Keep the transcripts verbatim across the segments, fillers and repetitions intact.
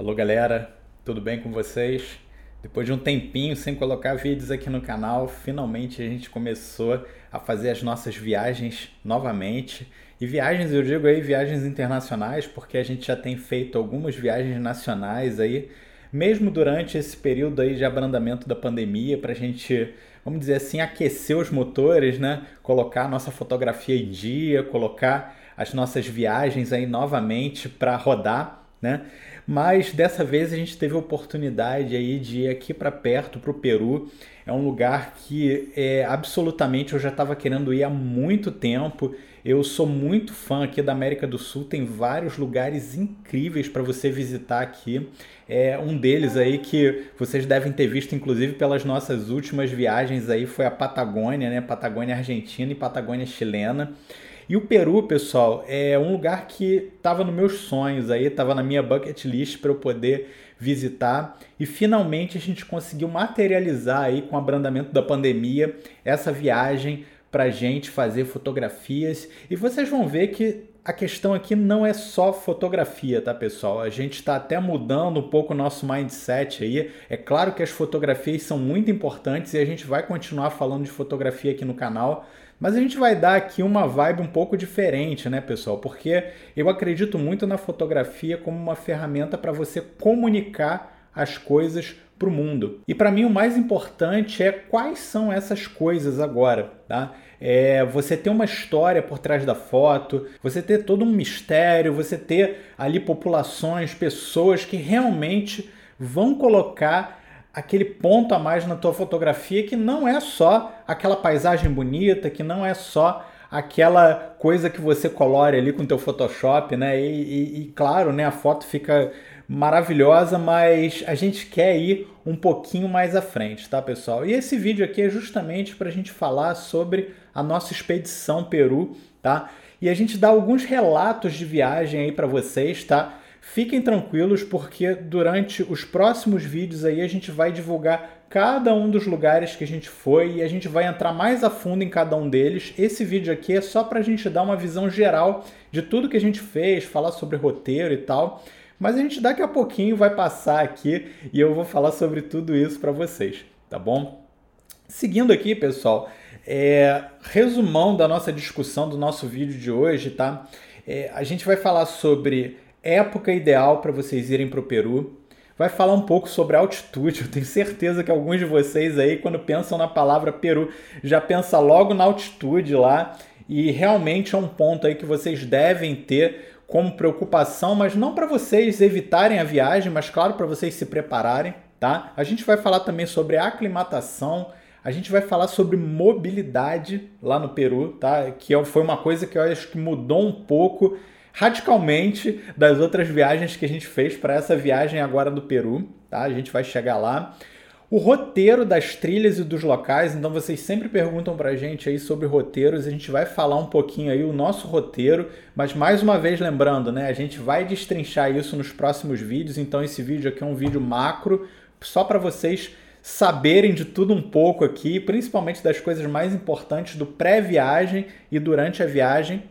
Alô galera, tudo bem com vocês? Depois de um tempinho sem colocar vídeos aqui no canal, finalmente a gente começou a fazer as nossas viagens novamente. E viagens, eu digo aí viagens internacionais, porque a gente já tem feito algumas viagens nacionais aí, mesmo durante esse período aí de abrandamento da pandemia, para a gente, vamos dizer assim, aquecer os motores, né? Colocar a nossa fotografia em dia, colocar as nossas viagens aí novamente para rodar, né? Mas dessa vez a gente teve a oportunidade aí de ir aqui para perto, para o Peru. É um lugar que é, absolutamente eu já estava querendo ir há muito tempo. Eu sou muito fã aqui da América do Sul, tem vários lugares incríveis para você visitar aqui. É, um deles aí que vocês devem ter visto, inclusive pelas nossas últimas viagens aí, foi a Patagônia, né? Patagônia Argentina e Patagônia Chilena. E o Peru, pessoal, é um lugar que estava nos meus sonhos aí, estava na minha bucket list para eu poder visitar. E finalmente a gente conseguiu materializar aí com o abrandamento da pandemia essa viagem para a gente fazer fotografias. E vocês vão ver que a questão aqui não é só fotografia, tá, pessoal? A gente está até mudando um pouco o nosso mindset aí. É claro que as fotografias são muito importantes e a gente vai continuar falando de fotografia aqui no canal, mas a gente vai dar aqui uma vibe um pouco diferente, né, pessoal? Porque eu acredito muito na fotografia como uma ferramenta para você comunicar as coisas para o mundo. E para mim o mais importante é quais são essas coisas agora, tá? É você ter uma história por trás da foto, você ter todo um mistério, você ter ali populações, pessoas que realmente vão colocar aquele ponto a mais na tua fotografia, que não é só aquela paisagem bonita, que não é só aquela coisa que você colore ali com o teu Photoshop, né? E, e, e claro, né, a foto fica maravilhosa, mas a gente quer ir um pouquinho mais à frente, tá, pessoal? E esse vídeo aqui é justamente para a gente falar sobre a nossa expedição Peru, tá? E a gente dá alguns relatos de viagem aí para vocês, tá? Fiquem tranquilos porque durante os próximos vídeos aí a gente vai divulgar cada um dos lugares que a gente foi e a gente vai entrar mais a fundo em cada um deles. Esse vídeo aqui é só para a gente dar uma visão geral de tudo que a gente fez, falar sobre roteiro e tal. Mas a gente daqui a pouquinho vai passar aqui e eu vou falar sobre tudo isso para vocês, tá bom? Seguindo aqui, pessoal, é, resumão da nossa discussão do nosso vídeo de hoje, tá? É, a gente vai falar sobre época ideal para vocês irem para o Peru. Vai falar um pouco sobre altitude. Eu tenho certeza que alguns de vocês aí, quando pensam na palavra Peru, já pensa logo na altitude lá. E realmente é um ponto aí que vocês devem ter como preocupação, mas não para vocês evitarem a viagem, mas claro, para vocês se prepararem, tá? A gente vai falar também sobre aclimatação, a gente vai falar sobre mobilidade lá no Peru, tá? Que foi uma coisa que eu acho que mudou um pouco radicalmente das outras viagens que a gente fez para essa viagem agora do Peru, tá? A gente vai chegar lá. O roteiro das trilhas e dos locais, então vocês sempre perguntam pra gente aí sobre roteiros, a gente vai falar um pouquinho aí o nosso roteiro, mas mais uma vez lembrando, né, a gente vai destrinchar isso nos próximos vídeos, então esse vídeo aqui é um vídeo macro, só para vocês saberem de tudo um pouco aqui, principalmente das coisas mais importantes do pré-viagem e durante a viagem.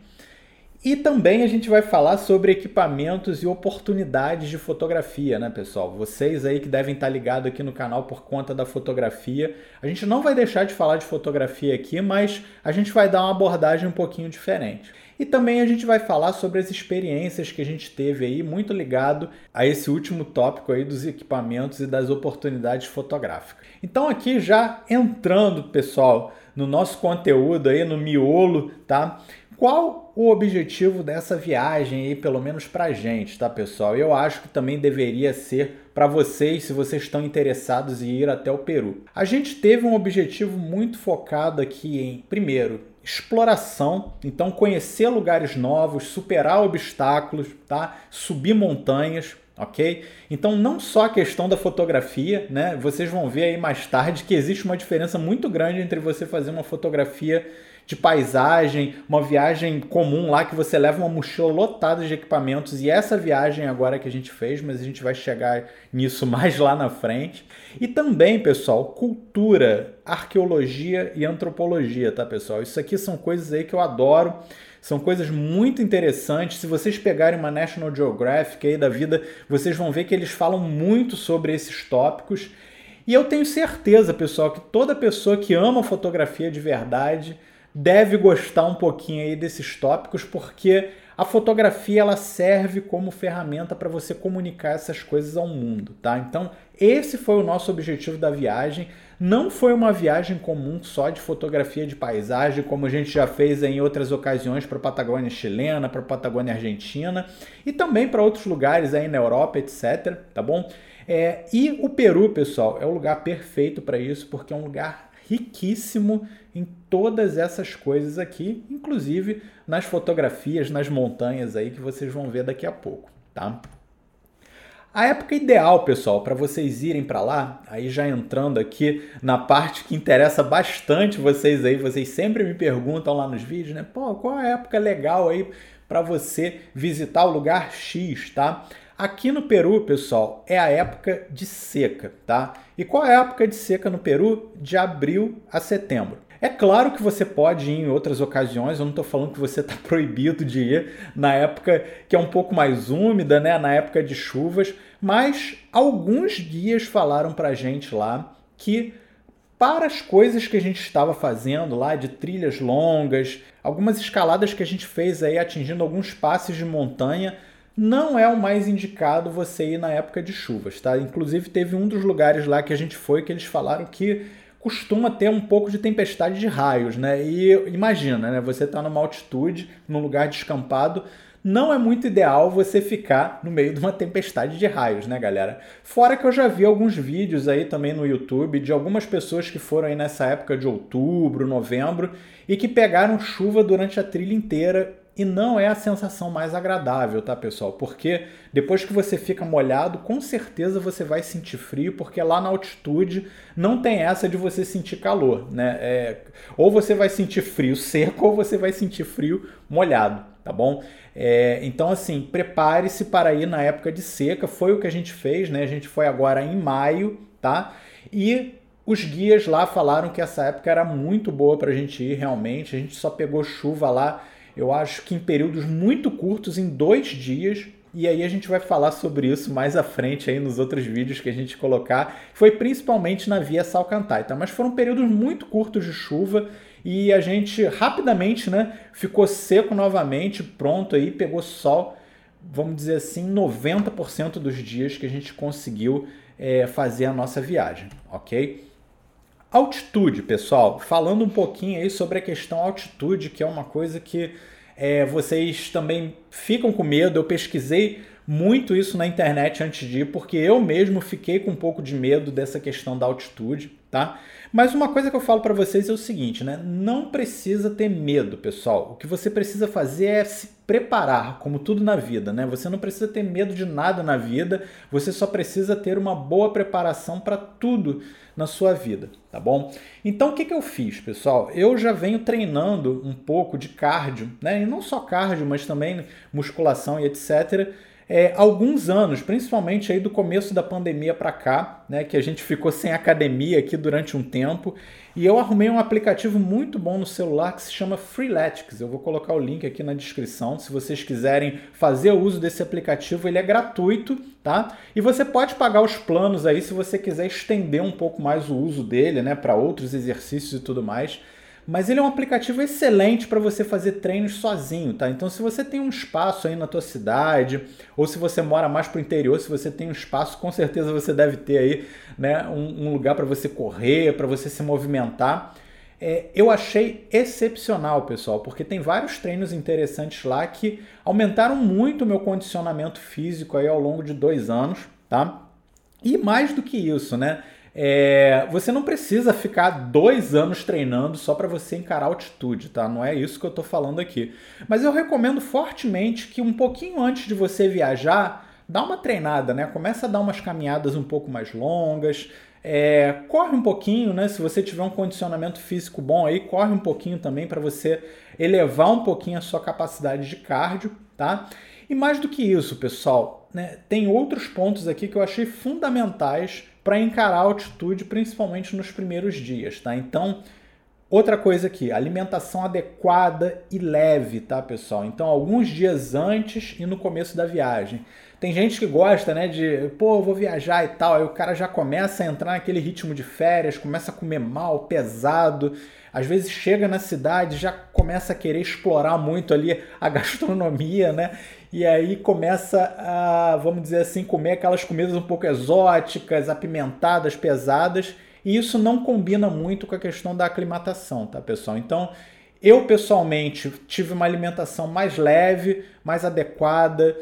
E também a gente vai falar sobre equipamentos e oportunidades de fotografia, né, pessoal? Vocês aí que devem estar ligados aqui no canal por conta da fotografia. A gente não vai deixar de falar de fotografia aqui, mas a gente vai dar uma abordagem um pouquinho diferente. E também a gente vai falar sobre as experiências que a gente teve aí, muito ligado a esse último tópico aí dos equipamentos e das oportunidades fotográficas. Então aqui já entrando, pessoal, no nosso conteúdo aí, no miolo, tá? Qual o objetivo dessa viagem aí, pelo menos pra gente, tá, pessoal? Eu acho que também deveria ser para vocês, se vocês estão interessados em ir até o Peru. A gente teve um objetivo muito focado aqui em, primeiro, exploração, então conhecer lugares novos, superar obstáculos, tá? Subir montanhas, ok? Então não só a questão da fotografia, né? Vocês vão ver aí mais tarde que existe uma diferença muito grande entre você fazer uma fotografia de paisagem, uma viagem comum lá que você leva uma mochila lotada de equipamentos, e essa viagem agora que a gente fez, mas a gente vai chegar nisso mais lá na frente. E também, pessoal, cultura, arqueologia e antropologia, tá, pessoal? Isso aqui são coisas aí que eu adoro, São coisas muito interessantes. Se vocês pegarem uma National Geographic aí da vida, vocês vão ver que eles falam muito sobre esses tópicos. E eu tenho certeza, pessoal, que toda pessoa que ama fotografia de verdade deve gostar um pouquinho aí desses tópicos, porque a fotografia ela serve como ferramenta para você comunicar essas coisas ao mundo, tá? Então, esse foi o nosso objetivo da viagem. Não foi uma viagem comum só de fotografia de paisagem, como a gente já fez em outras ocasiões para a Patagônia chilena, para a Patagônia argentina e também para outros lugares aí na Europa, etcétera, tá bom? É, e o Peru, pessoal, é o lugar perfeito para isso, porque é um lugar riquíssimo em todas essas coisas aqui, inclusive nas fotografias, nas montanhas aí que vocês vão ver daqui a pouco, tá? A época ideal, pessoal, para vocês irem para lá, aí já entrando aqui na parte que interessa bastante vocês aí, vocês sempre me perguntam lá nos vídeos, né? Pô, qual é a época legal aí para você visitar o lugar X, tá? Aqui no Peru, pessoal, é a época de seca, tá? E qual é a época de seca no Peru? De abril a setembro. É claro que você pode ir em outras ocasiões, eu não estou falando que você está proibido de ir na época que é um pouco mais úmida, né? Na época de chuvas, mas alguns guias falaram para a gente lá que para as coisas que a gente estava fazendo lá, de trilhas longas, algumas escaladas que a gente fez aí atingindo alguns passes de montanha, não é o mais indicado você ir na época de chuvas, tá? Inclusive teve um dos lugares lá que a gente foi que eles falaram que costuma ter um pouco de tempestade de raios, né? E imagina, né? Você tá numa altitude, num lugar descampado, não é muito ideal você ficar no meio de uma tempestade de raios, né, galera? Fora que eu já vi alguns vídeos aí também no YouTube de algumas pessoas que foram aí nessa época de outubro, novembro e que pegaram chuva durante a trilha inteira. E não é a sensação mais agradável, tá, pessoal? Porque depois que você fica molhado, com certeza você vai sentir frio, porque lá na altitude não tem essa de você sentir calor, né? É, ou você vai sentir frio seco, ou você vai sentir frio molhado, tá bom? É, então, assim, prepare-se para ir na época de seca. Foi o que a gente fez, né? A gente foi agora em maio, tá? E os guias lá falaram que essa época era muito boa para a gente ir, realmente. A gente só pegou chuva lá, eu acho que em períodos muito curtos, em dois dias, e aí a gente vai falar sobre isso mais à frente aí nos outros vídeos que a gente colocar. Foi principalmente na Via Salcantay, mas foram períodos muito curtos de chuva e a gente rapidamente, né, ficou seco novamente, pronto aí, pegou sol, vamos dizer assim, noventa por cento dos dias que a gente conseguiu é, fazer a nossa viagem, ok? Altitude, pessoal, falando um pouquinho aí sobre a questão altitude, que é uma coisa que é, vocês também ficam com medo. Eu pesquisei muito isso na internet antes de ir, porque eu mesmo fiquei com um pouco de medo dessa questão da altitude, tá? Mas uma coisa que eu falo para vocês é o seguinte, né? Não precisa ter medo, pessoal. O que você precisa fazer é se preparar, como tudo na vida, né? Você não precisa ter medo de nada na vida, você só precisa ter uma boa preparação para tudo na sua vida, tá bom? Então, o que que eu fiz, pessoal? Eu já venho treinando um pouco de cardio, né? E não só cardio, mas também musculação e etcétera É, alguns anos, principalmente aí do começo da pandemia para cá, né, que a gente ficou sem academia aqui durante um tempo, e eu arrumei um aplicativo muito bom no celular que se chama Freeletics. Eu vou colocar o link aqui na descrição, se vocês quiserem fazer o uso desse aplicativo, ele é gratuito, tá? E você pode pagar os planos aí se você quiser estender um pouco mais o uso dele, né, para outros exercícios e tudo mais. Mas ele é um aplicativo excelente para você fazer treinos sozinho, tá? Então, se você tem um espaço aí na tua cidade, ou se você mora mais para o interior, se você tem um espaço, com certeza você deve ter aí, né, um, um lugar para você correr, para você se movimentar. É, eu achei excepcional, pessoal, porque tem vários treinos interessantes lá que aumentaram muito o meu condicionamento físico aí ao longo de dois anos, tá? E mais do que isso, né? É, você não precisa ficar dois anos treinando só para você encarar a altitude, tá? Não é isso que eu tô falando aqui. Mas eu recomendo fortemente que um pouquinho antes de você viajar, dá uma treinada, né? Começa a dar umas caminhadas um pouco mais longas, é, corre um pouquinho, né? Se você tiver um condicionamento físico bom aí, corre um pouquinho também para você elevar um pouquinho a sua capacidade de cardio, tá? E mais do que isso, pessoal, né, tem outros pontos aqui que eu achei fundamentais para encarar a altitude, principalmente nos primeiros dias, tá? Então, Outra coisa aqui, alimentação adequada e leve, tá, pessoal? Então, alguns dias antes e no começo da viagem. Tem gente que gosta, né, de, pô, eu vou viajar e tal, aí o cara já começa a entrar naquele ritmo de férias, começa a comer mal, pesado, às vezes chega na cidade, já começa a querer explorar muito ali a gastronomia, né, e aí começa a, vamos dizer assim, comer aquelas comidas um pouco exóticas, apimentadas, pesadas, e isso não combina muito com a questão da aclimatação, tá, pessoal? Então, eu pessoalmente tive uma alimentação mais leve, mais adequada,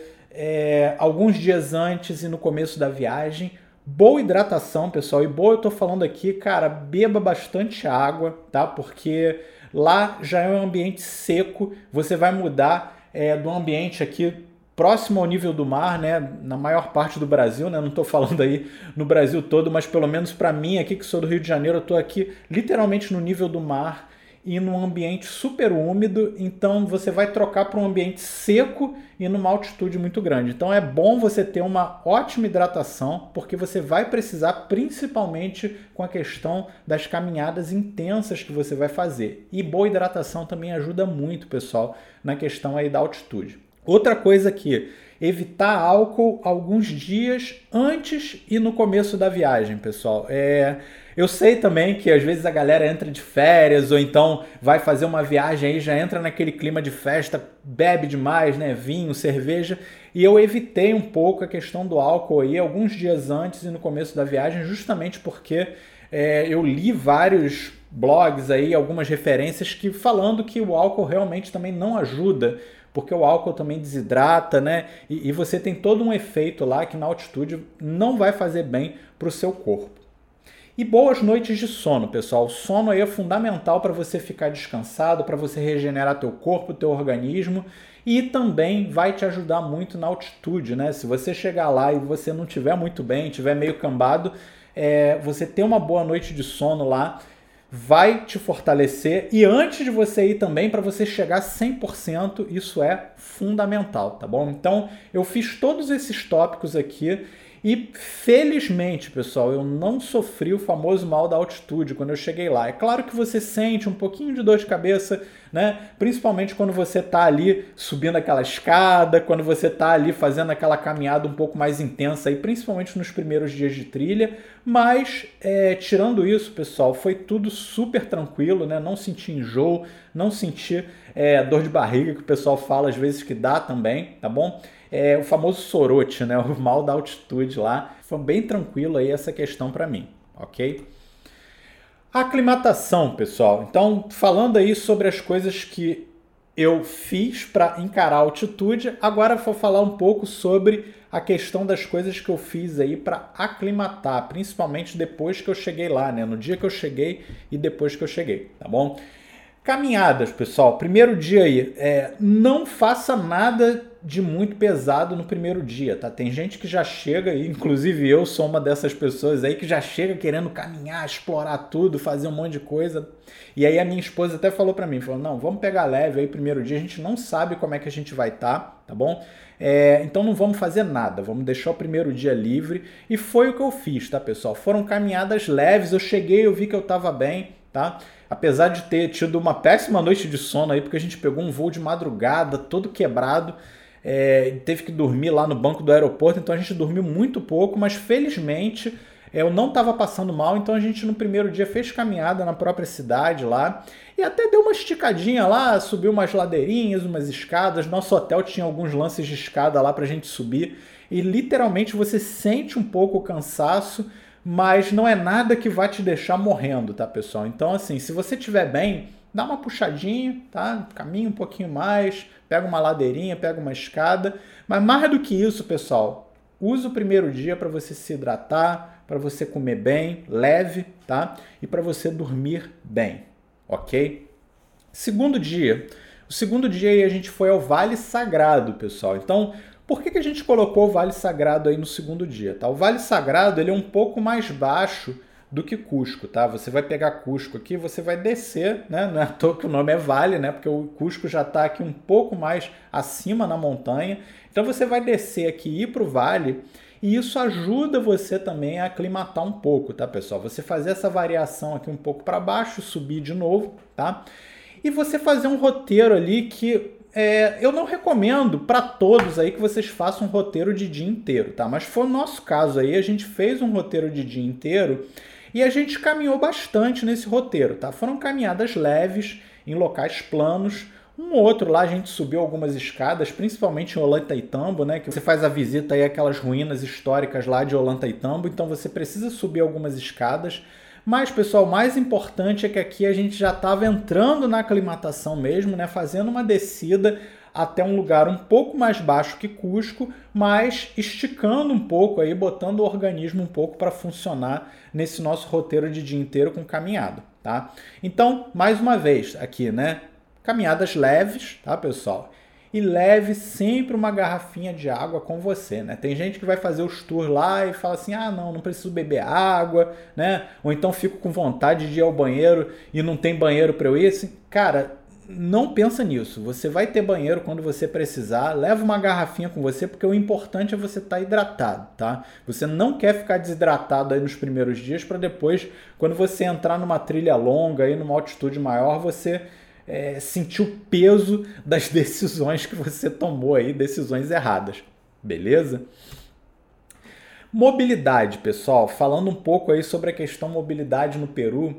É, alguns dias antes e no começo da viagem. Boa hidratação, pessoal. E boa, eu tô falando aqui, cara, beba bastante água, tá? Porque lá já é um ambiente seco. Você vai mudar é, do ambiente aqui próximo ao nível do mar, né? Na maior parte do Brasil, né? Não tô falando aí no Brasil todo, mas pelo menos para mim aqui que sou do Rio de Janeiro, eu tô aqui literalmente no nível do mar e num ambiente super úmido, então você vai trocar para um ambiente seco e numa altitude muito grande. Então é bom você ter uma ótima hidratação, porque você vai precisar principalmente com a questão das caminhadas intensas que você vai fazer. E boa hidratação também ajuda muito, pessoal, na questão aí da altitude. Outra coisa aqui, evitar álcool alguns dias antes e no começo da viagem, pessoal. É... Eu sei também que às vezes a galera entra de férias ou então vai fazer uma viagem aí, já entra naquele clima de festa, bebe demais, né? Vinho, cerveja. E eu evitei um pouco a questão do álcool aí alguns dias antes e no começo da viagem, justamente porque é, eu li vários blogs aí, algumas referências que falando que o álcool realmente também não ajuda, porque o álcool também desidrata, né? E, e você tem todo um efeito lá que na altitude não vai fazer bem para o seu corpo. E boas noites de sono, pessoal. O sono aí é fundamental para você ficar descansado, para você regenerar teu corpo, teu organismo e também vai te ajudar muito na altitude, né? Se você chegar lá e você não estiver muito bem, estiver meio cambado, é, você ter uma boa noite de sono lá vai te fortalecer e antes de você ir também, para você chegar cem por cento, isso é fundamental, tá bom? Então, eu fiz todos esses tópicos aqui e felizmente, pessoal, eu não sofri o famoso mal da altitude quando eu cheguei lá. É claro que você sente um pouquinho de dor de cabeça, né? Principalmente quando você está ali subindo aquela escada, quando você está ali fazendo aquela caminhada um pouco mais intensa, aí, principalmente nos primeiros dias de trilha. Mas, é, tirando isso, pessoal, foi tudo super tranquilo, né? Não senti enjoo, não senti é, dor de barriga, que o pessoal fala às vezes que dá também, tá bom? É, o famoso sorote, né? O mal da altitude lá. Foi bem tranquilo aí essa questão para mim, ok? Aclimatação, pessoal. Então, falando aí sobre as coisas que eu fiz para encarar a altitude, agora vou falar um pouco sobre a questão das coisas que eu fiz aí para aclimatar, principalmente depois que eu cheguei lá, né? No dia que eu cheguei e depois que eu cheguei, tá bom? Caminhadas, pessoal. Primeiro dia aí, é, não faça nada de muito pesado no primeiro dia, tá? Tem gente que já chega, e inclusive eu sou uma dessas pessoas aí que já chega querendo caminhar, explorar tudo, fazer um monte de coisa. E aí a minha esposa até falou pra mim, falou, não, vamos pegar leve aí primeiro dia, a gente não sabe como é que a gente vai estar, tá bom? É, então não vamos fazer nada, vamos deixar o primeiro dia livre. E foi o que eu fiz, tá, pessoal? Foram caminhadas leves, eu cheguei, eu vi que eu tava bem, tá? Apesar de ter tido uma péssima noite de sono aí, porque a gente pegou um voo de madrugada, todo quebrado, é, teve que dormir lá no banco do aeroporto, então a gente dormiu muito pouco, mas felizmente eu não estava passando mal, então a gente no primeiro dia fez caminhada na própria cidade lá, e até deu uma esticadinha lá, subiu umas ladeirinhas, umas escadas, nosso hotel tinha alguns lances de escada lá pra gente subir, e literalmente você sente um pouco o cansaço, mas não é nada que vai te deixar morrendo, tá, pessoal? Então, assim, se você estiver bem, dá uma puxadinha, tá? Caminha um pouquinho mais, pega uma ladeirinha, pega uma escada. Mas mais do que isso, pessoal, usa o primeiro dia para você se hidratar, para você comer bem, leve, tá? E para você dormir bem, ok? Segundo dia. O segundo dia aí a gente foi ao Vale Sagrado, pessoal. Então, por que que a gente colocou o Vale Sagrado aí no segundo dia, tá? O Vale Sagrado, ele é um pouco mais baixo do que Cusco, tá? Você vai pegar Cusco aqui, você vai descer, né? Não é à toa que o nome é Vale, né? Porque o Cusco já está aqui um pouco mais acima na montanha. Então você vai descer aqui, ir para o vale e isso ajuda você também a aclimatar um pouco, tá, pessoal? Você fazer essa variação aqui um pouco para baixo, subir de novo, tá? E você fazer um roteiro ali que é, eu não recomendo para todos aí que vocês façam um roteiro de dia inteiro, tá? Mas foi o nosso caso aí, a gente fez um roteiro de dia inteiro e a gente caminhou bastante nesse roteiro, tá? Foram caminhadas leves, em locais planos. Um outro lá a gente subiu algumas escadas, principalmente em Ollantaytambo, né? Que você faz a visita aí àquelas ruínas históricas lá de Ollantaytambo, então você precisa subir algumas escadas. Mas, pessoal, o mais importante é que aqui a gente já estava entrando na aclimatação mesmo, né? Fazendo uma descida até um lugar um pouco mais baixo que Cusco, mas esticando um pouco aí, botando o organismo um pouco para funcionar nesse nosso roteiro de dia inteiro com caminhada, tá? Então, mais uma vez aqui, né? Caminhadas leves, tá, pessoal? E leve sempre uma garrafinha de água com você, né? Tem gente que vai fazer os tours lá e fala assim, ah, não, não preciso beber água, né? Ou então fico com vontade de ir ao banheiro e não tem banheiro para eu ir. Assim, cara, não pensa nisso. Você vai ter banheiro quando você precisar. Leva uma garrafinha com você, porque o importante é você estar hidratado, tá? Você não quer ficar desidratado aí nos primeiros dias para depois, quando você entrar numa trilha longa, aí numa altitude maior, você... É, sentir o peso das decisões que você tomou aí, decisões erradas, beleza? Mobilidade, pessoal, falando um pouco aí sobre a questão mobilidade no Peru,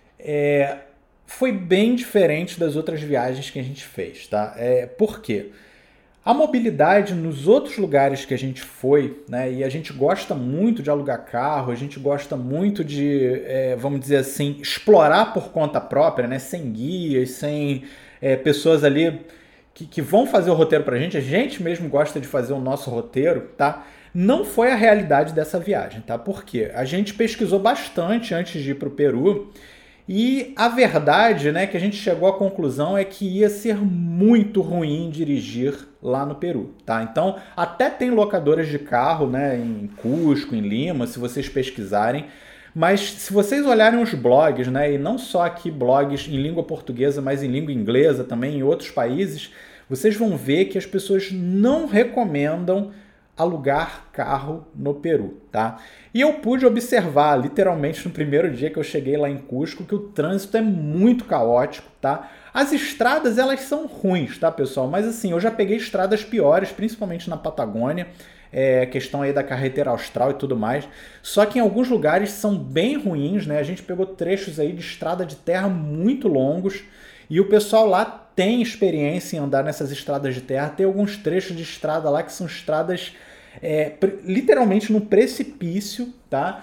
é, foi bem diferente das outras viagens que a gente fez, tá? É, por quê? A mobilidade nos outros lugares que a gente foi, né, e a gente gosta muito de alugar carro, a gente gosta muito de, é, vamos dizer assim, explorar por conta própria, né, sem guias, sem é, pessoas ali que, que vão fazer o roteiro pra gente, a gente mesmo gosta de fazer o nosso roteiro, tá? Não foi a realidade dessa viagem, tá? Por quê? A gente pesquisou bastante antes de ir pro Peru. E a verdade, né, que a gente chegou à conclusão é que ia ser muito ruim dirigir lá no Peru, tá? Então, até tem locadoras de carro, né, em Cusco, em Lima, se vocês pesquisarem, mas se vocês olharem os blogs, né, e não só aqui blogs em língua portuguesa, mas em língua inglesa também, em outros países, vocês vão ver que as pessoas não recomendam alugar carro no Peru, tá? E eu pude observar, literalmente no primeiro dia que eu cheguei lá em Cusco, que o trânsito é muito caótico, tá? As estradas, elas são ruins, tá, pessoal? Mas assim, eu já peguei estradas piores, principalmente na Patagônia, é, questão aí da carretera austral e tudo mais. Só que em alguns lugares são bem ruins, né? A gente pegou trechos aí de estrada de terra muito longos e o pessoal lá tem experiência em andar nessas estradas de terra. Tem alguns trechos de estrada lá que são estradas é, literalmente no precipício, tá?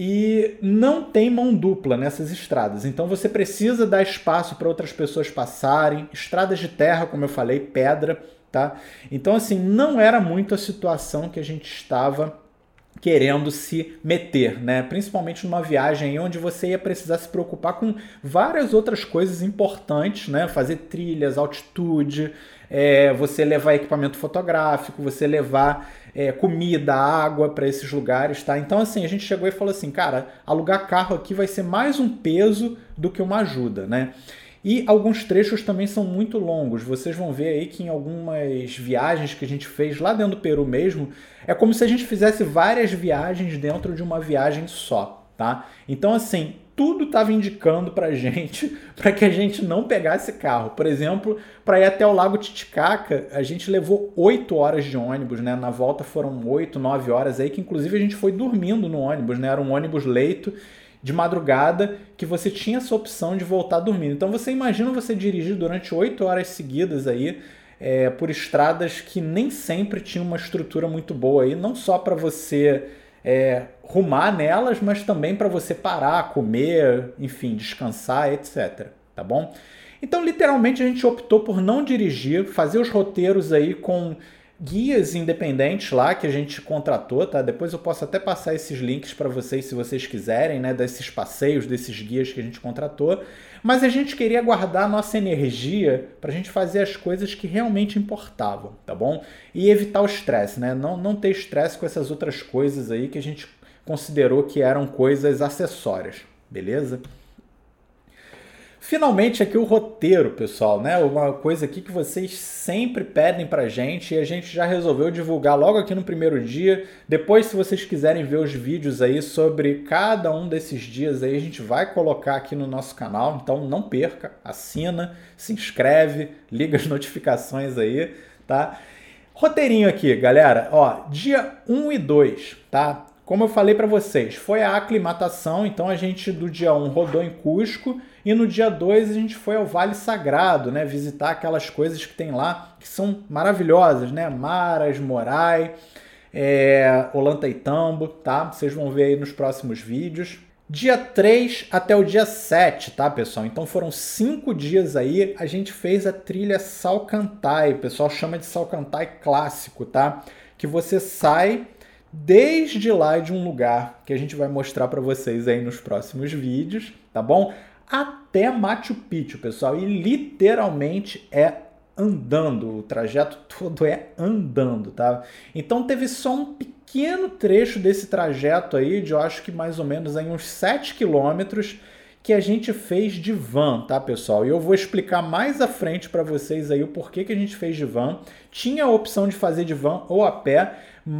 E não tem mão dupla nessas estradas. Então você precisa dar espaço para outras pessoas passarem. Estradas de terra, como eu falei, pedra, tá? Então assim, não era muito a situação que a gente estava querendo se meter, né? Principalmente numa viagem onde você ia precisar se preocupar com várias outras coisas importantes, né? Fazer trilhas, altitude, é, você levar equipamento fotográfico, você levar é, comida, água para esses lugares, tá? Então assim, a gente chegou e falou assim, cara, alugar carro aqui vai ser mais um peso do que uma ajuda, né? E alguns trechos também são muito longos. Vocês vão ver aí que em algumas viagens que a gente fez lá dentro do Peru mesmo, é como se a gente fizesse várias viagens dentro de uma viagem só, tá? Então, assim, tudo estava indicando pra gente, para que a gente não pegasse carro. Por exemplo, para ir até o Lago Titicaca, a gente levou oito horas de ônibus, né? Na volta foram oito, nove horas aí, que inclusive a gente foi dormindo no ônibus, né? Era um ônibus leito, de madrugada, que você tinha essa opção de voltar dormindo. Então você imagina você dirigir durante oito horas seguidas aí, é, por estradas que nem sempre tinham uma estrutura muito boa aí, não só para você é, rumar nelas, mas também para você parar, comer, enfim, descansar, etcétera. Tá bom? Então, literalmente, a gente optou por não dirigir, fazer os roteiros aí com guias independentes lá que a gente contratou, tá? Depois eu posso até passar esses links para vocês se vocês quiserem, né? Desses passeios, desses guias que a gente contratou. Mas a gente queria guardar a nossa energia para a gente fazer as coisas que realmente importavam, tá bom? E evitar o estresse, né? Não, não ter estresse com essas outras coisas aí que a gente considerou que eram coisas acessórias, beleza? Finalmente aqui o roteiro, pessoal, né? Uma coisa aqui que vocês sempre pedem pra gente e a gente já resolveu divulgar logo aqui no primeiro dia. Depois, se vocês quiserem ver os vídeos aí sobre cada um desses dias aí, a gente vai colocar aqui no nosso canal, então não perca, assina, se inscreve, liga as notificações aí, tá? Roteirinho aqui, galera, ó, dia um e dois, tá? Como eu falei para vocês, foi a aclimatação, então a gente do dia um rodou em Cusco e no dia dois a gente foi ao Vale Sagrado, né? Visitar aquelas coisas que tem lá, que são maravilhosas, né? Maras, Morai, é, Ollantaytambo, tá? Vocês vão ver aí nos próximos vídeos. Dia três até o dia sete, tá, pessoal? Então foram cinco dias aí, a gente fez a trilha Salcantay, o pessoal chama de Salcantay clássico, tá? Que você sai desde lá de um lugar que a gente vai mostrar para vocês aí nos próximos vídeos, tá bom? Até Machu Picchu, pessoal, e literalmente é andando, o trajeto todo é andando, tá? Então teve só um pequeno trecho desse trajeto aí, de eu acho que mais ou menos aí uns sete quilômetros, que a gente fez de van, tá, pessoal? E eu vou explicar mais à frente para vocês aí o porquê que a gente fez de van. Tinha a opção de fazer de van ou a pé,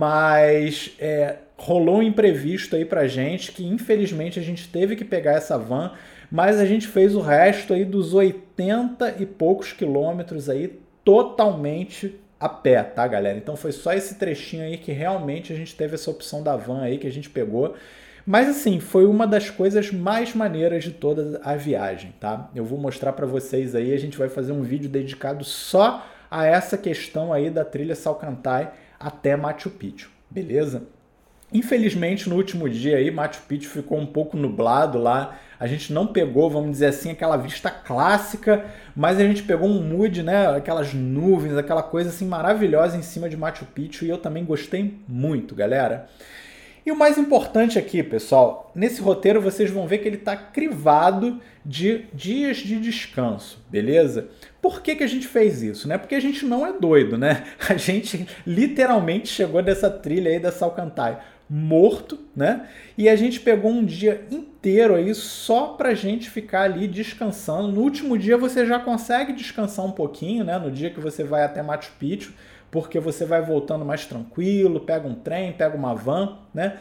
mas é, rolou um imprevisto aí pra gente, que infelizmente a gente teve que pegar essa van, mas a gente fez o resto aí dos oitenta e poucos quilômetros aí totalmente a pé, tá, galera? Então foi só esse trechinho aí que realmente a gente teve essa opção da van aí que a gente pegou. Mas assim, foi uma das coisas mais maneiras de toda a viagem, tá? Eu vou mostrar para vocês aí, a gente vai fazer um vídeo dedicado só a essa questão aí da trilha Salcantay até Machu Picchu, beleza? Infelizmente, no último dia aí, Machu Picchu ficou um pouco nublado lá. A gente não pegou, vamos dizer assim, aquela vista clássica, mas a gente pegou um mood, né? Aquelas nuvens, aquela coisa assim maravilhosa em cima de Machu Picchu e eu também gostei muito, galera. E o mais importante aqui, pessoal, nesse roteiro vocês vão ver que ele está crivado de dias de descanso, beleza? Por que que a gente fez isso, né? Porque a gente não é doido, né? A gente literalmente chegou dessa trilha aí da Salcantay morto, né? E a gente pegou um dia inteiro aí só pra gente ficar ali descansando. No último dia você já consegue descansar um pouquinho, né? No dia que você vai até Machu Picchu, porque você vai voltando mais tranquilo, pega um trem, pega uma van, né?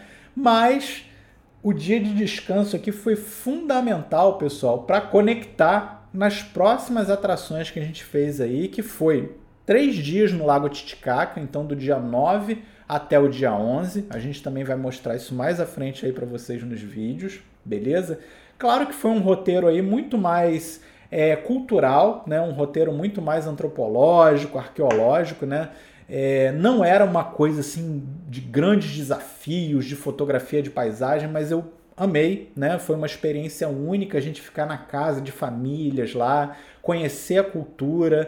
Mas o dia de descanso aqui foi fundamental, pessoal, para conectar nas próximas atrações que a gente fez aí, que foi três dias no Lago Titicaca, então do dia nove até o dia onze. A gente também vai mostrar isso mais à frente aí para vocês nos vídeos, beleza? Claro que foi um roteiro aí muito mais é, cultural, né? Um roteiro muito mais antropológico, arqueológico, né? É, não era uma coisa assim de grandes desafios de fotografia de paisagem, mas eu amei, né? Foi uma experiência única a gente ficar na casa de famílias lá, conhecer a cultura,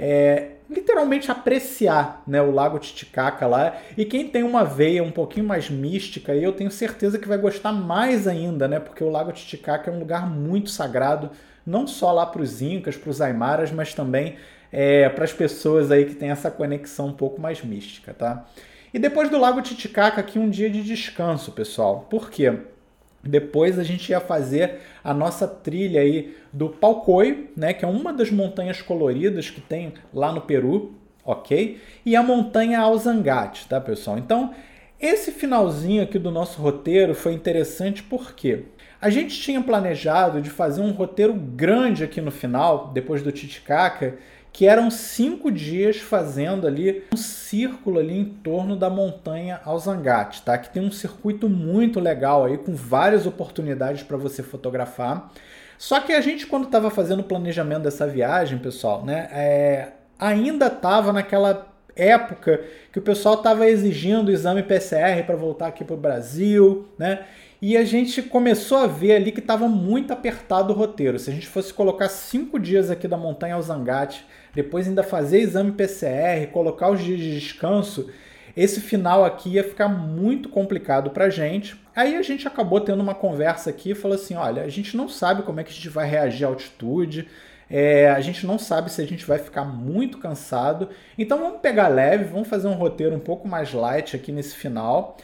é, literalmente apreciar, né, o Lago Titicaca lá. E quem tem uma veia um pouquinho mais mística, eu tenho certeza que vai gostar mais ainda, né? Porque o Lago Titicaca é um lugar muito sagrado, não só lá para os incas, para os aimaras, mas também é, para as pessoas aí que tem essa conexão um pouco mais mística, tá? E depois do Lago Titicaca, aqui um dia de descanso, pessoal. Por quê? Depois a gente ia fazer a nossa trilha aí do Palcoyo, né, que é uma das montanhas coloridas que tem lá no Peru, ok? E a montanha Alzangate, tá, pessoal? Então, esse finalzinho aqui do nosso roteiro foi interessante porque a gente tinha planejado de fazer um roteiro grande aqui no final, depois do Titicaca, que eram cinco dias fazendo ali um círculo ali em torno da montanha Alzangate, tá? Que tem um circuito muito legal aí, com várias oportunidades para você fotografar. Só que a gente, quando estava fazendo o planejamento dessa viagem, pessoal, né, é, ainda estava naquela época que o pessoal estava exigindo o exame P C R para voltar aqui para o Brasil, né? E a gente começou a ver ali que estava muito apertado o roteiro. Se a gente fosse colocar cinco dias aqui da montanha Alzangate, depois ainda fazer exame P C R, colocar os dias de descanso, esse final aqui ia ficar muito complicado para a gente. Aí a gente acabou tendo uma conversa aqui e falou assim, olha, a gente não sabe como é que a gente vai reagir à altitude, é, a gente não sabe se a gente vai ficar muito cansado, então vamos pegar leve, vamos fazer um roteiro um pouco mais light aqui nesse final.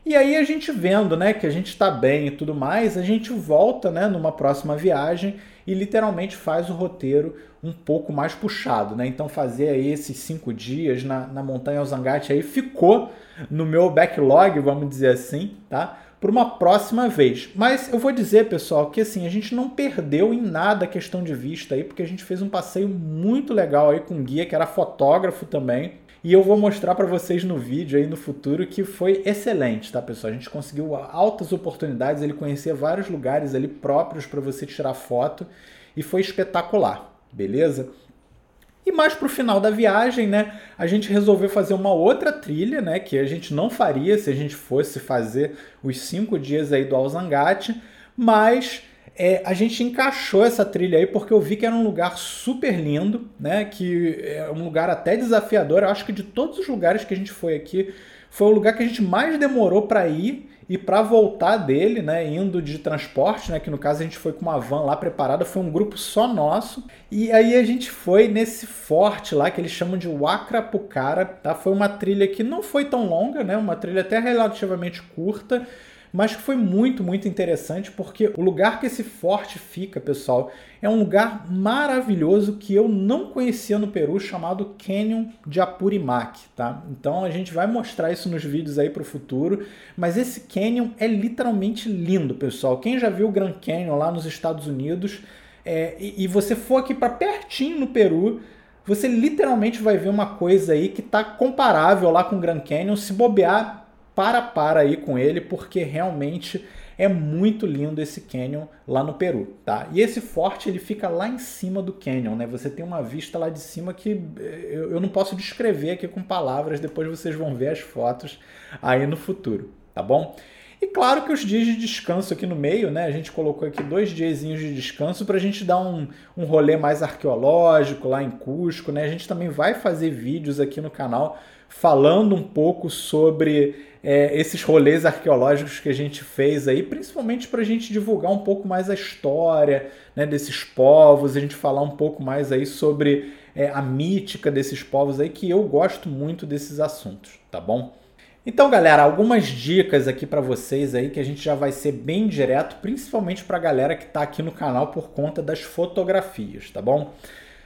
E aí a gente vendo, né, que a gente está bem e tudo mais, a gente volta, né, numa próxima viagem e literalmente faz o roteiro um pouco mais puxado, né? Então fazer aí esses cinco dias na, na Montanha Ozangate aí ficou no meu backlog, vamos dizer assim, tá? Por uma próxima vez. Mas eu vou dizer, pessoal, que assim, a gente não perdeu em nada a questão de vista aí, porque a gente fez um passeio muito legal aí com um guia que era fotógrafo também. E eu vou mostrar para vocês no vídeo aí no futuro que foi excelente, tá, pessoal? A gente conseguiu altas oportunidades, ele conhecia vários lugares ali próprios para você tirar foto e foi espetacular, beleza? E mais pro final da viagem, né, a gente resolveu fazer uma outra trilha, né, que a gente não faria se a gente fosse fazer os cinco dias aí do Ozangate, mas é, a gente encaixou essa trilha aí porque eu vi que era um lugar super lindo, né, que é um lugar até desafiador. Eu acho que de todos os lugares que a gente foi aqui, foi o lugar que a gente mais demorou para ir e para voltar dele, né, indo de transporte, né, que no caso a gente foi com uma van lá preparada, foi um grupo só nosso, e aí a gente foi nesse forte lá que eles chamam de Wacrapucara, tá? Foi uma trilha que não foi tão longa, né, uma trilha até relativamente curta, mas que foi muito, muito interessante, porque o lugar que esse forte fica, pessoal, é um lugar maravilhoso que eu não conhecia no Peru, chamado Canyon de Apurimac, tá? Então a gente vai mostrar isso nos vídeos aí para o futuro, mas esse canyon é literalmente lindo, pessoal. Quem já viu o Grand Canyon lá nos Estados Unidos, é, e, e você for aqui para pertinho no Peru, você literalmente vai ver uma coisa aí que está comparável lá com o Grand Canyon. Se bobear, para para aí com ele, porque realmente é muito lindo esse canyon lá no Peru, tá? E esse forte, ele fica lá em cima do canyon, né? Você tem uma vista lá de cima que eu, eu não posso descrever aqui com palavras, depois vocês vão ver as fotos aí no futuro, tá bom? E claro que os dias de descanso aqui no meio, né? A gente colocou aqui dois diazinhos de descanso para a gente dar um, um rolê mais arqueológico lá em Cusco, né? A gente também vai fazer vídeos aqui no canal falando um pouco sobre é, esses rolês arqueológicos que a gente fez aí, principalmente para a gente divulgar um pouco mais a história, né, desses povos, a gente falar um pouco mais aí sobre é, a mítica desses povos aí, que eu gosto muito desses assuntos, tá bom? Então, galera, algumas dicas aqui para vocês aí que a gente já vai ser bem direto, principalmente para a galera que está aqui no canal por conta das fotografias, tá bom?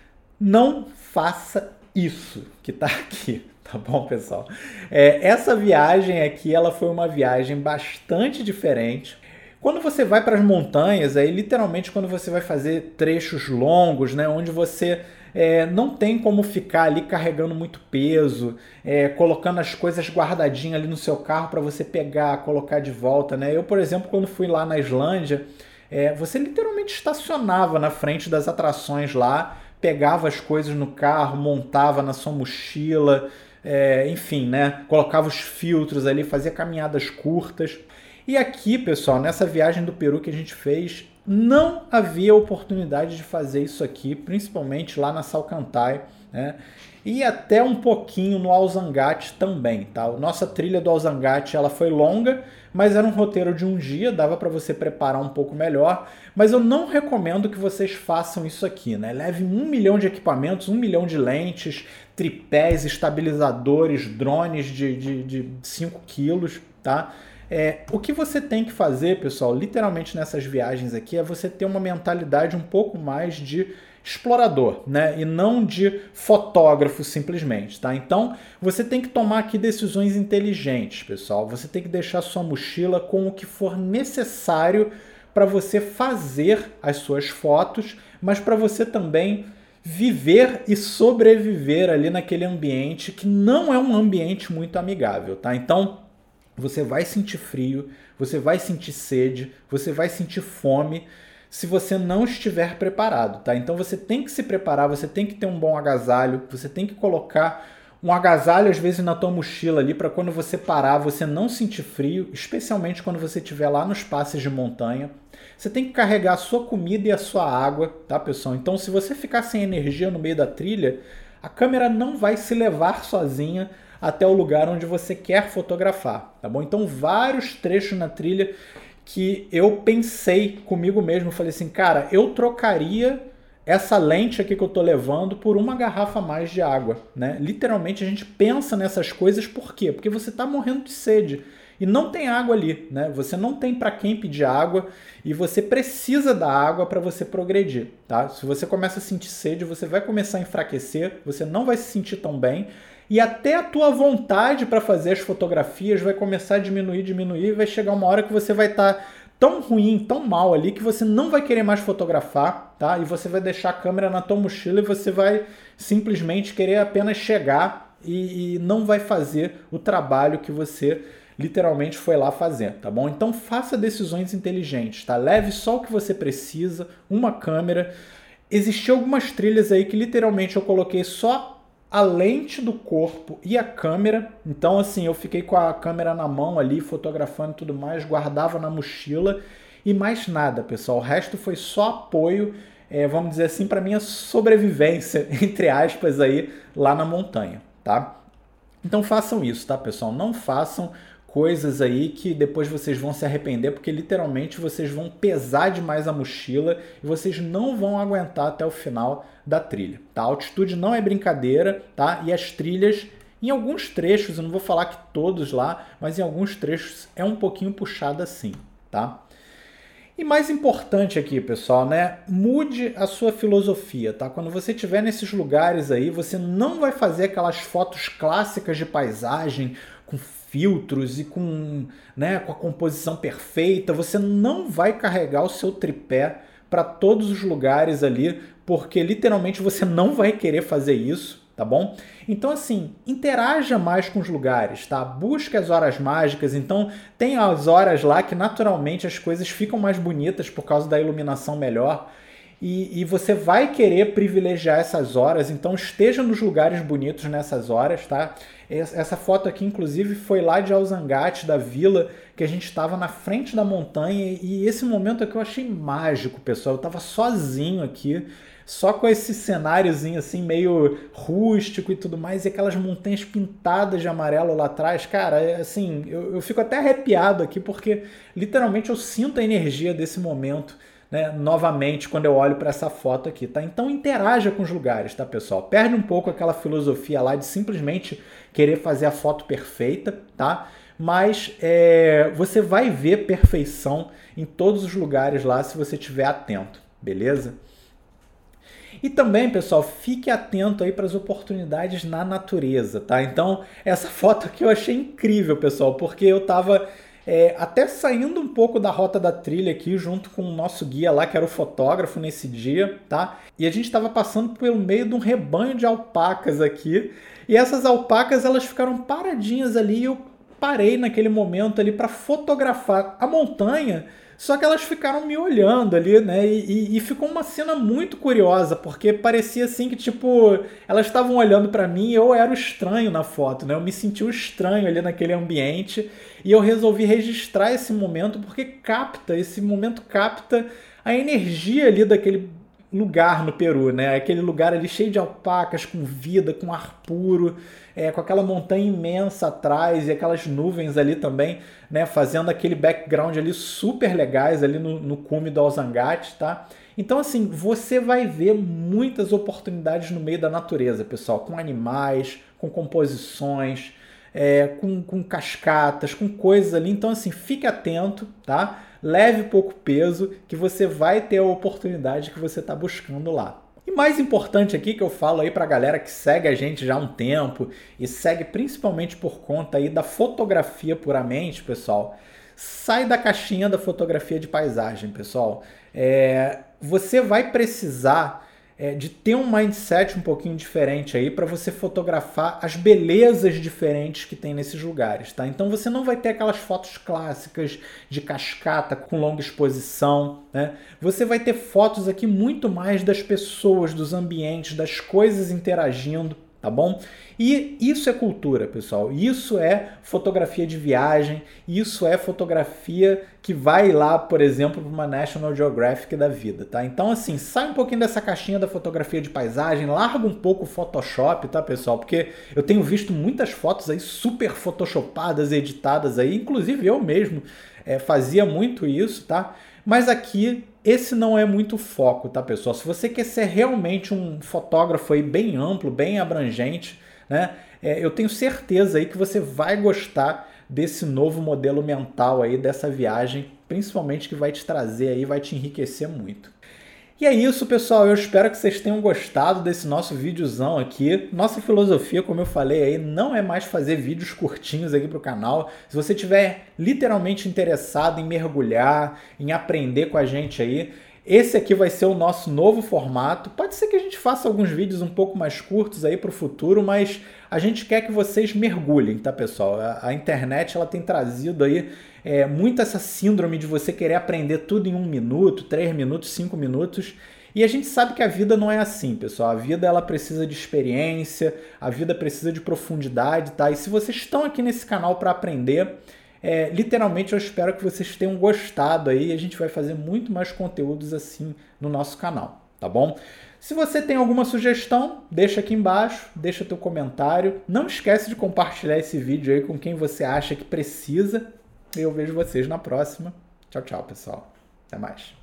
Não faça isso que está aqui. Tá bom, pessoal? É, essa viagem aqui, ela foi uma viagem bastante diferente. Quando você vai para as montanhas, aí literalmente quando você vai fazer trechos longos, né, onde você é, não tem como ficar ali carregando muito peso, é, colocando as coisas guardadinhas ali no seu carro para você pegar, colocar de volta, né? Eu, por exemplo, quando fui lá na Islândia, é, você literalmente estacionava na frente das atrações lá, pegava as coisas no carro, montava na sua mochila, É, enfim, né? Colocava os filtros ali, fazia caminhadas curtas. E aqui, pessoal, nessa viagem do Peru que a gente fez, não havia oportunidade de fazer isso aqui, principalmente lá na Salcantay, né? E até um pouquinho no Ozangate também, tá? A nossa trilha do Ozangate, ela foi longa, mas era um roteiro de um dia, dava para você preparar um pouco melhor, mas eu não recomendo que vocês façam isso aqui, né? Leve um milhão de equipamentos, um milhão de lentes, tripés, estabilizadores, drones de, de cinco quilos, tá? É, o que você tem que fazer, pessoal, literalmente nessas viagens aqui, é você ter uma mentalidade um pouco mais de explorador, né? E não de fotógrafo simplesmente, tá? Então, você tem que tomar aqui decisões inteligentes, pessoal. Você tem que deixar sua mochila com o que for necessário para você fazer as suas fotos, mas para você também viver e sobreviver ali naquele ambiente que não é um ambiente muito amigável, tá? Então, você vai sentir frio, você vai sentir sede, você vai sentir fome se você não estiver preparado, tá? Então você tem que se preparar, você tem que ter um bom agasalho, você tem que colocar um agasalho às vezes na tua mochila ali para quando você parar você não sentir frio, especialmente quando você estiver lá nos passes de montanha. Você tem que carregar a sua comida e a sua água, tá, pessoal? Então se você ficar sem energia no meio da trilha, a câmera não vai se levar sozinha até o lugar onde você quer fotografar, tá bom? Então vários trechos na trilha que eu pensei comigo mesmo, falei assim, cara, eu trocaria essa lente aqui que eu tô levando por uma garrafa a mais de água, né? Literalmente a gente pensa nessas coisas, por quê? Porque você tá morrendo de sede. e não tem água ali, né? Você não tem para quem pedir água e você precisa da água para você progredir, tá? Se você começa a sentir sede, você vai começar a enfraquecer, você não vai se sentir tão bem e até a tua vontade para fazer as fotografias vai começar a diminuir, diminuir e vai chegar uma hora que você vai estar tá tão ruim, tão mal ali que você não vai querer mais fotografar, tá? E você vai deixar a câmera na tua mochila e você vai simplesmente querer apenas chegar e, e não vai fazer o trabalho que você literalmente foi lá fazer, tá bom? Então faça decisões inteligentes, tá? Leve só o que você precisa, uma câmera. Existiam algumas trilhas aí que literalmente eu coloquei só a lente do corpo e a câmera. Então assim, eu fiquei com a câmera na mão ali, fotografando e tudo mais, guardava na mochila e mais nada, pessoal. O resto foi só apoio, é, vamos dizer assim, para minha sobrevivência, entre aspas, aí lá na montanha, tá? Então façam isso, tá, pessoal? Não façam coisas aí que depois vocês vão se arrepender, porque literalmente vocês vão pesar demais a mochila e vocês não vão aguentar até o final da trilha, tá? A altitude não é brincadeira, tá? E as trilhas, em alguns trechos, eu não vou falar que todos lá, mas em alguns trechos é um pouquinho puxada assim, tá? E mais importante aqui, pessoal, né? Mude a sua filosofia, tá? Quando você estiver nesses lugares aí, você não vai fazer aquelas fotos clássicas de paisagem com filtros e com, né, com a composição perfeita. Você não vai carregar o seu tripé para todos os lugares ali, porque literalmente você não vai querer fazer isso, tá bom? Então assim, interaja mais com os lugares, tá? Busque as horas mágicas, então tem as horas lá que naturalmente as coisas ficam mais bonitas por causa da iluminação melhor e, e você vai querer privilegiar essas horas, então esteja nos lugares bonitos nessas horas, tá? Essa foto aqui, inclusive, foi lá de Alzangate, da vila, que a gente estava na frente da montanha e esse momento aqui eu achei mágico, pessoal. Eu estava sozinho aqui, só com esse cenáriozinho assim, meio rústico e tudo mais, e aquelas montanhas pintadas de amarelo lá atrás. Cara, é, assim, eu, eu fico até arrepiado aqui, porque literalmente eu sinto a energia desse momento, né, novamente quando eu olho para essa foto aqui, tá? Então interaja com os lugares, tá, pessoal? Perde um pouco aquela filosofia lá de simplesmente querer fazer a foto perfeita, tá? Mas é, você vai ver perfeição em todos os lugares lá se você estiver atento, beleza? E também, pessoal, fique atento aí para as oportunidades na natureza, tá? Então, essa foto aqui eu achei incrível, pessoal, porque eu tava é, até saindo um pouco da rota da trilha aqui, junto com o nosso guia lá, que era o fotógrafo nesse dia, tá? E a gente estava passando pelo meio de um rebanho de alpacas aqui, e essas alpacas, elas ficaram paradinhas ali, e eu parei naquele momento ali para fotografar a montanha. Só que elas ficaram me olhando ali, né? E, e, e ficou uma cena muito curiosa, porque parecia assim que, tipo, elas estavam olhando para mim e eu era o estranho na foto, né? Eu me senti o estranho ali naquele ambiente e eu resolvi registrar esse momento porque capta, esse momento capta a energia ali daquele lugar no Peru, né? Aquele lugar ali cheio de alpacas, com vida, com ar puro, é, com aquela montanha imensa atrás e aquelas nuvens ali também, né? Fazendo aquele background ali super legais ali no, no cume do Alzangate, tá? Então, assim, você vai ver muitas oportunidades no meio da natureza, pessoal, com animais, com composições, é, com, com cascatas, com coisas ali. Então, assim, fique atento, tá? Leve pouco peso, que você vai ter a oportunidade que você está buscando lá. E mais importante aqui que eu falo aí para a galera que segue a gente já há um tempo e segue principalmente por conta aí da fotografia puramente, pessoal, sai da caixinha da fotografia de paisagem, pessoal. É, você vai precisar é, de ter um mindset um pouquinho diferente aí para você fotografar as belezas diferentes que tem nesses lugares, tá? Então você não vai ter aquelas fotos clássicas de cascata com longa exposição, né? Você vai ter fotos aqui muito mais das pessoas, dos ambientes, das coisas interagindo, tá bom? E isso é cultura, pessoal. Isso é fotografia de viagem, isso é fotografia que vai lá, por exemplo, para uma National Geographic da vida, tá? Então, assim, sai um pouquinho dessa caixinha da fotografia de paisagem, larga um pouco o Photoshop, tá, pessoal? Porque eu tenho visto muitas fotos aí super photoshopadas, editadas aí, inclusive eu mesmo é, fazia muito isso, tá? Mas aqui esse não é muito o foco, tá, pessoal? Se você quer ser realmente um fotógrafo aí bem amplo, bem abrangente, né? É, eu tenho certeza aí que você vai gostar desse novo modelo mental aí, dessa viagem, principalmente que vai te trazer aí, vai te enriquecer muito. E é isso, pessoal. Eu espero que vocês tenham gostado desse nosso videozão aqui. Nossa filosofia, como eu falei aí, não é mais fazer vídeos curtinhos aqui para o canal. Se você estiver literalmente interessado em mergulhar, em aprender com a gente aí, esse aqui vai ser o nosso novo formato. Pode ser que a gente faça alguns vídeos um pouco mais curtos aí para o futuro, mas a gente quer que vocês mergulhem, tá, pessoal? A, a internet ela tem trazido aí é, muito essa síndrome de você querer aprender tudo em um minuto, três minutos, cinco minutos. E a gente sabe que a vida não é assim, pessoal. A vida ela precisa de experiência, a vida precisa de profundidade, tá? E se vocês estão aqui nesse canal para aprender, É, literalmente eu espero que vocês tenham gostado aí. A gente vai fazer muito mais conteúdos assim no nosso canal, tá bom? Se você tem alguma sugestão, deixa aqui embaixo, deixa teu comentário. Não esquece de compartilhar esse vídeo aí com quem você acha que precisa. E eu vejo vocês na próxima. Tchau, tchau, pessoal. Até mais.